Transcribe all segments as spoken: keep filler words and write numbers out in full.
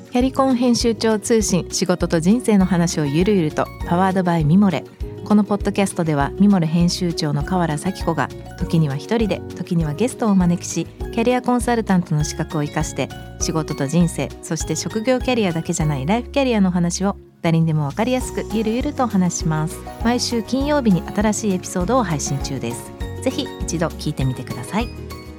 キャリコン編集長通信、仕事と人生の話をゆるゆると、パワードバイミモレ。このポッドキャストではミモレ編集長の河原咲子が時には一人で、時にはゲストをお招きし、キャリアコンサルタントの資格を生かして仕事と人生、そして職業キャリアだけじゃないライフキャリアの話を誰にでも分かりやすくゆるゆるとお話します。毎週金曜日に新しいエピソードを配信中です。ぜひ一度聞いてみてください。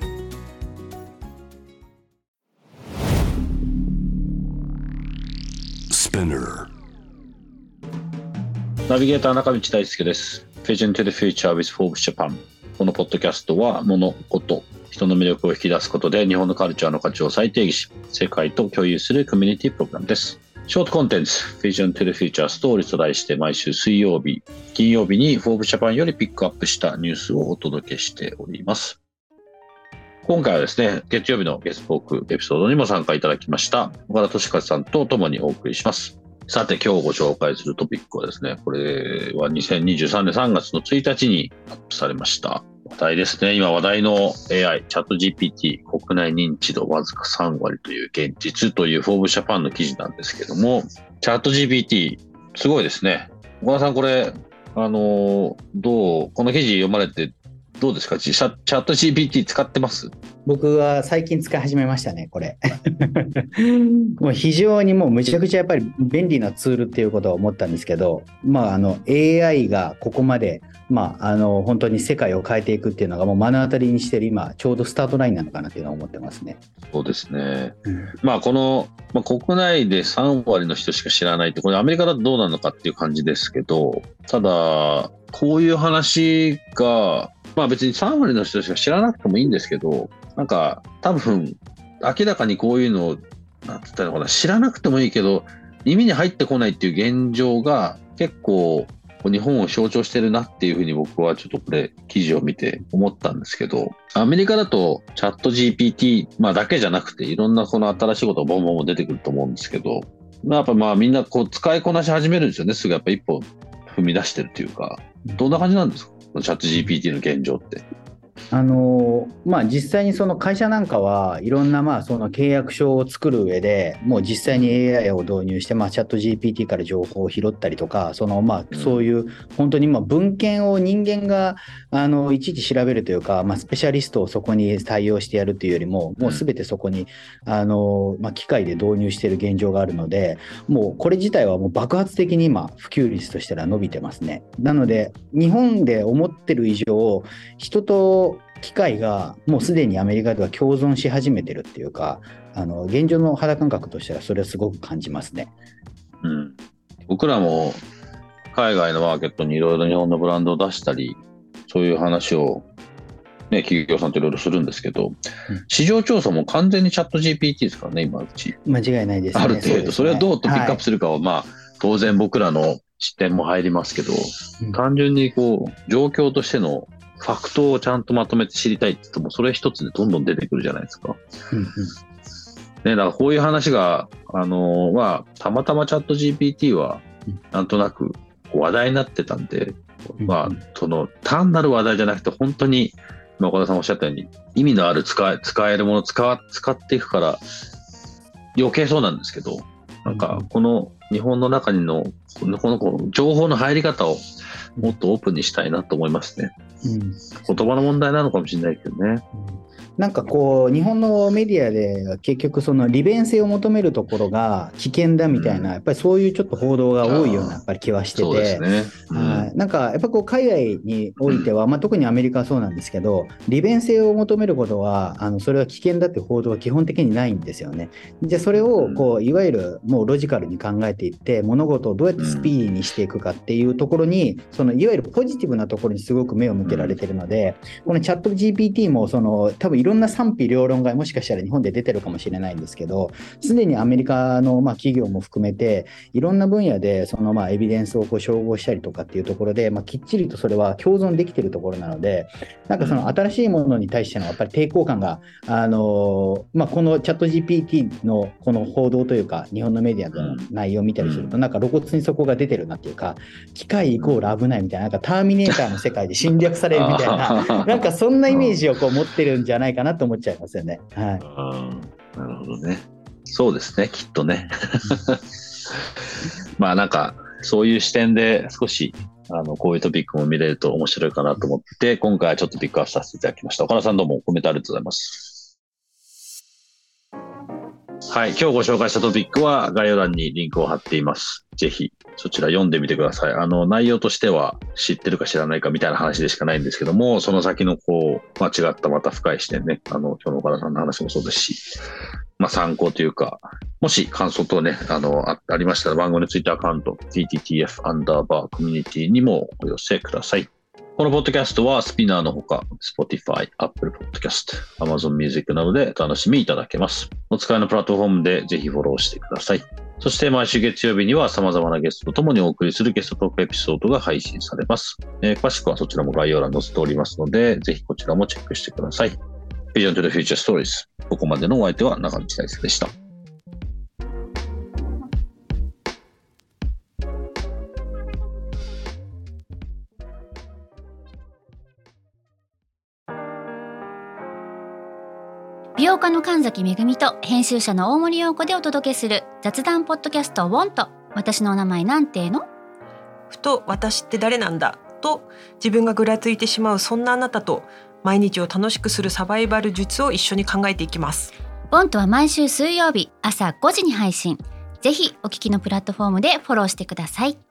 ナビゲーター中道大輔です。 Vision to the Future with Forbes Japan。 このポッドキャストは物事人の魅力を引き出すことで日本のカルチャーの価値を再定義し、世界と共有するコミュニティプログラムです。ショートコンテンツ Vision to the Future Stories と題して、毎週水曜日金曜日に Forbes Japan よりピックアップしたニュースをお届けしております。今回はですね、月曜日のゲストトークエピソードにも参加いただきました岡田俊和さんと共にお送りします。さて、今日ご紹介するトピックはですね、これはにせんにじゅうさんねんさんがつのついたちにアップされました話題ですね。今話題の エーアイ、チャット ジーピーティー、国内認知度わずかさんわりという現実というフォーブスジャパンの記事なんですけども、チャット ジーピーティー、すごいですね。岡田さん、これ、あの、どう、この記事読まれてどうですか？チャット ジーピーティー 使ってます？ 僕は最近使い始めましたね、これ。もう非常にもうむちゃくちゃやっぱり便利なツールっていうことは思ったんですけど、まああの エーアイ がここまで、まああの本当に世界を変えていくっていうのがもう目の当たりにしてる今ちょうどスタートラインなのかなっていうのは思ってますね。 そうですね。うん、まあこの、まあ、国内でさんわりの人しか知らないって、これアメリカだとどうなのかっていう感じですけど、ただこういう話がまあ別にさんわりの人しか知らなくてもいいんですけど、なんか多分明らかにこういうのをなんて言ったのかな、知らなくてもいいけど耳に入ってこないっていう現状が結構日本を象徴してるなっていうふうに僕はちょっとこれ記事を見て思ったんですけど、アメリカだとチャット ジーピーティー、まあ、だけじゃなくていろんなこの新しいことがボンボン出てくると思うんですけど、やっぱまあみんなこう使いこなし始めるんですよね。すぐやっぱ一歩踏み出してるっていうか、どんな感じなんですか、チャット ジーピーティー の現状って。 あのまあ、実際にその会社なんかはいろんなまあその契約書を作る上でもう実際に エーアイ を導入してまあチャット ジーピーティー から情報を拾ったりとか、そのまあそういう本当にまあ文献を人間があのいちいち調べるというか、まあスペシャリストをそこに採用してやるというよりももうすべてそこにあのまあ機械で導入している現状があるので、もうこれ自体はもう爆発的に今普及率としては伸びてますね。なので日本で思ってる以上、人と機械がもうすでにアメリカでは共存し始めてるっていうか、あの現状の肌感覚としてはそれをすごく感じますね。 うん、僕らも海外のマーケットにいろいろ日本のブランドを出したり、そういう話を、ね、企業さんといろいろするんですけど、うん、市場調査も完全にチャット ジーピーティー ですからね、今うち。 間違いないですね。 ある程度 そ,、ね、それをどうとピックアップするかは、はい、まあ当然僕らの視点も入りますけど、うん、単純にこう状況としてのファクトをちゃんとまとめて知りたいって言っても、それ一つでどんどん出てくるじゃないですか。うんうん、ね、だからこういう話が、あのー、まあ、たまたまチャット ジーピーティー はなんとなく話題になってたんで、うんうん、まあ、その単なる話題じゃなくて、本当に、岡田さんおっしゃったように、意味のある使え、使えるものを使、使っていくから、余計そうなんですけど、なんか、この日本の中にの、この、この情報の入り方をもっとオープンにしたいなと思いますね。うん、言葉の問題なのかもしれないけどね。 うんなんかこう日本のメディアで結局その利便性を求めるところが危険だみたいな、やっぱりそういうちょっと報道が多いようなやっぱり気はしてて、そうですね、うん、なんかやっぱこう海外においては、まあ、特にアメリカはそうなんですけど、利便性を求めることはあのそれは危険だって報道は基本的にないんですよね。じゃあそれをこういわゆるもうロジカルに考えていって物事をどうやってスピーディーにしていくかっていうところに、そのいわゆるポジティブなところにすごく目を向けられているので、このチャット ジーピーティー もその多分いろんな賛否両論がもしかしたら日本で出てるかもしれないんですけど、すでにアメリカのまあ企業も含めていろんな分野でそのまあエビデンスをこう照合したりとかっていうところで、まあきっちりとそれは共存できているところなので、なんかその新しいものに対してのやっぱり抵抗感が、あのまあこのチャット ジーピーティー のこの報道というか日本のメディアの内容を見たりすると、なんか露骨にそこが出てるなっていうか、機械イコール危ないみたいな、なんかターミネーターの世界で侵略されるみたいななんかそんなイメージをこう持ってるんじゃないかなと思っちゃいますよね。はい、 あ、なるほどね。 そうですね、きっとね。まあなんかそういう視点で少しあのこういうトピックも見れると面白いかなと思って、今回はちょっとピックアップさせていただきました。岡田さん、どうもコメントありがとうございます。はい、今日ご紹介したトピックは概要欄にリンクを貼っています。ぜひそちら読んでみてください。あの内容としては知ってるか知らないかみたいな話でしかないんですけども、その先のこう間違ったまた深い視点ね、あの今日の岡田さんの話もそうですし、まあ、参考というか、もし感想等ね、あの、あ、ありましたら番組のツイッターアカウント、ティーティーティーエフ アンダーバーコミュニティにもお寄せください。このポッドキャストはスピナーのほか、Spotify、Apple Podcast、Amazon Music などでお楽しみいただけます。お使いのプラットフォームでぜひフォローしてください。そして毎週月曜日には様々なゲストとともにお送りするゲストトークエピソードが配信されます。えー、詳しくはそちらも概要欄に載せておりますので、ぜひこちらもチェックしてください。Vision to the Future Stories。ここまでのお相手は中道大輔でした。 美容家の神崎めぐみと編集者の大森洋子でお届けする雑談ポッドキャストウォンと、私のお名前なんての？ ふと私って誰なんだと自分がぐらついてしまうそんなあなたと、毎日を楽しくするサバイバル術を一緒に考えていきます。 ウォンとは毎週水曜日朝ごじに配信。ぜひお聞きのプラットフォームでフォローしてください。